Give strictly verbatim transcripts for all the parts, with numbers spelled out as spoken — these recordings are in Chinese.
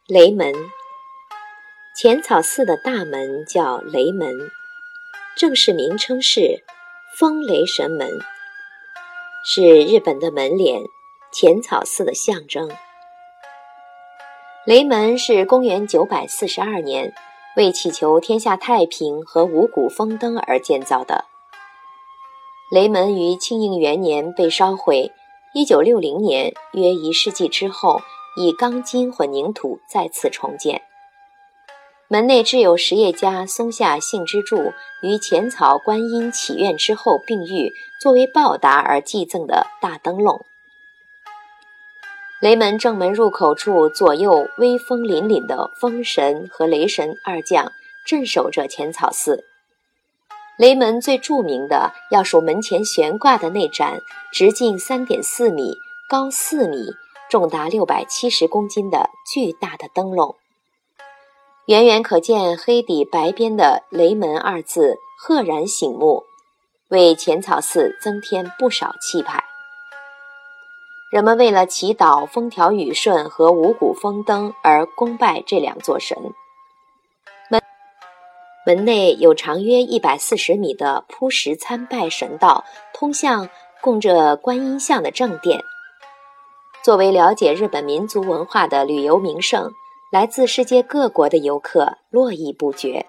雷门，浅草寺的大门叫雷门，正式名称是风雷神门，是日本的门脸，浅草寺的象征。雷门是公元九百四十二年为祈求天下太平和五谷丰登而建造的。雷门于庆应元年被烧毁，一九六零年约一世纪之后以钢筋混凝土再次重建。门内置有实业家松下幸之助于浅草观音祈愿之后病愈，作为报答而祭赠的大灯笼。雷门正门入口处左右威风凛凛的风神和雷神二将镇守着浅草寺。雷门最著名的要数门前悬挂的那盏直径 三点四米、高四米、重达六百七十公斤的巨大的灯笼。远远可见黑底白边的雷门二字赫然醒目，为浅草寺增添不少气派。人们为了祈祷风调雨顺和五谷丰登而恭拜这两座神。门门内有长约一百四十米的铺石参拜神道，通向供着观音像的正殿。作为了解日本民族文化的旅游名胜，来自世界各国的游客络绎不绝。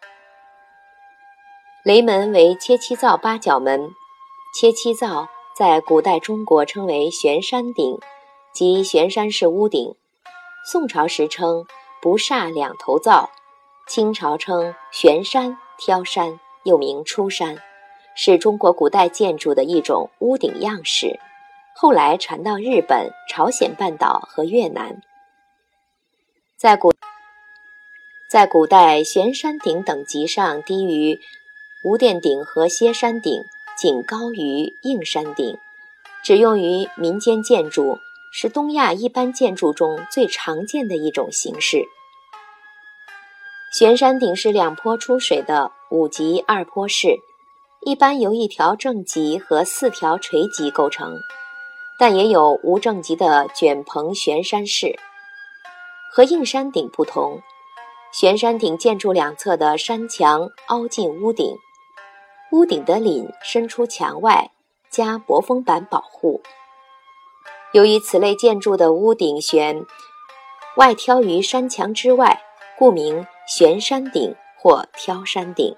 雷门为切七灶八角门，切七灶在古代中国称为悬山顶，即悬山式屋顶。宋朝时称不煞两头灶，清朝称悬山、挑山，又名出山，是中国古代建筑的一种屋顶样式，后来传到日本、朝鲜半岛和越南。在古在古代，悬山顶等级上低于无殿顶和歇山顶，仅高于硬山顶，只用于民间建筑，是东亚一般建筑中最常见的一种形式。悬山顶是两坡出水的五级二坡式，一般由一条正极和四条垂极构成，但也有无正极的卷棚悬山式。和硬山顶不同，悬山顶建筑两侧的山墙凹进屋顶，屋顶的檩伸出墙外，加薄封板保护。由于此类建筑的屋顶悬外挑于山墙之外，故名悬山顶或挑山顶。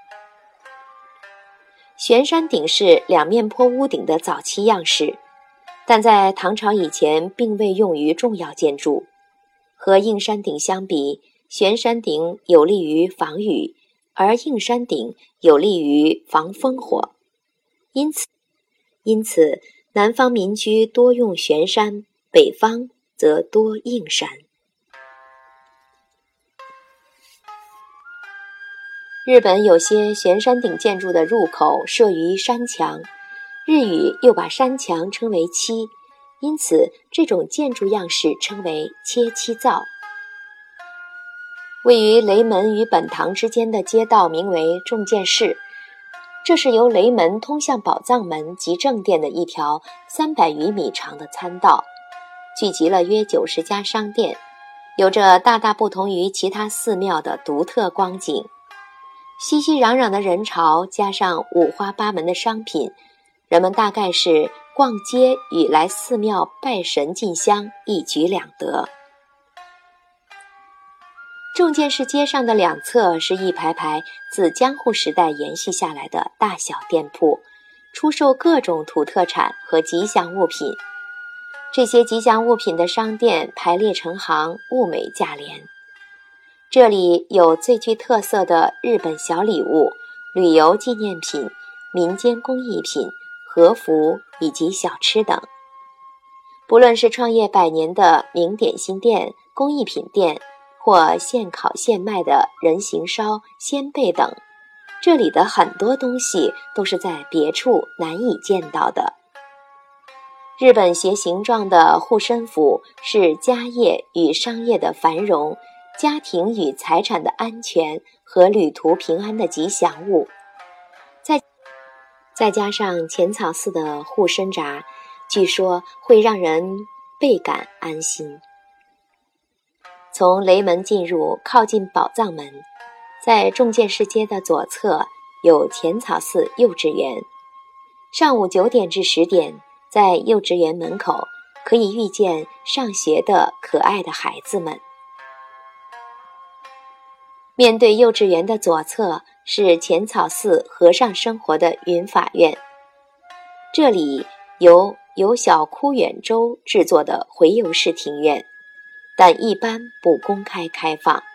悬山顶是两面坡屋顶的早期样式，但在唐朝以前并未用于重要建筑。和硬山顶相比，悬山顶有利于防雨，而硬山顶有利于防风火。因此，因此南方民居多用悬山，北方则多硬山。日本有些悬山顶建筑的入口设于山墙，日语又把山墙称为七，因此这种建筑样式称为切七灶。位于雷门与本堂之间的街道名为重建市，这是由雷门通向宝藏门及正殿的一条三百余米长的参道，聚集了约九十家商店，有着大大不同于其他寺庙的独特光景。熙熙攘攘的人潮加上五花八门的商品，人们大概是逛街与来寺庙拜神进香一举两得。重建市街上的两侧是一排排自江户时代延续下来的大小店铺，出售各种土特产和吉祥物品。这些吉祥物品的商店排列成行，物美价廉。这里有最具特色的日本小礼物、旅游纪念品、民间工艺品、和服以及小吃等。不论是创业百年的名点心店、工艺品店，或现烤现卖的人形烧、鲜贝等，这里的很多东西都是在别处难以见到的。日本携形状的护身符是家业与商业的繁荣，家庭与财产的安全和旅途平安的吉祥物。再再加上浅草寺的护身札，据说会让人倍感安心。 从雷门进入，靠近宝藏门，在中剑市街的左侧有浅草寺幼稚园。上午九点至十点，在幼稚园门口可以遇见上学的可爱的孩子们。面对幼稚园的左侧是浅草寺和尚生活的云法院，这里有由小枯远舟制作的回游式庭院，但一般不公开开放。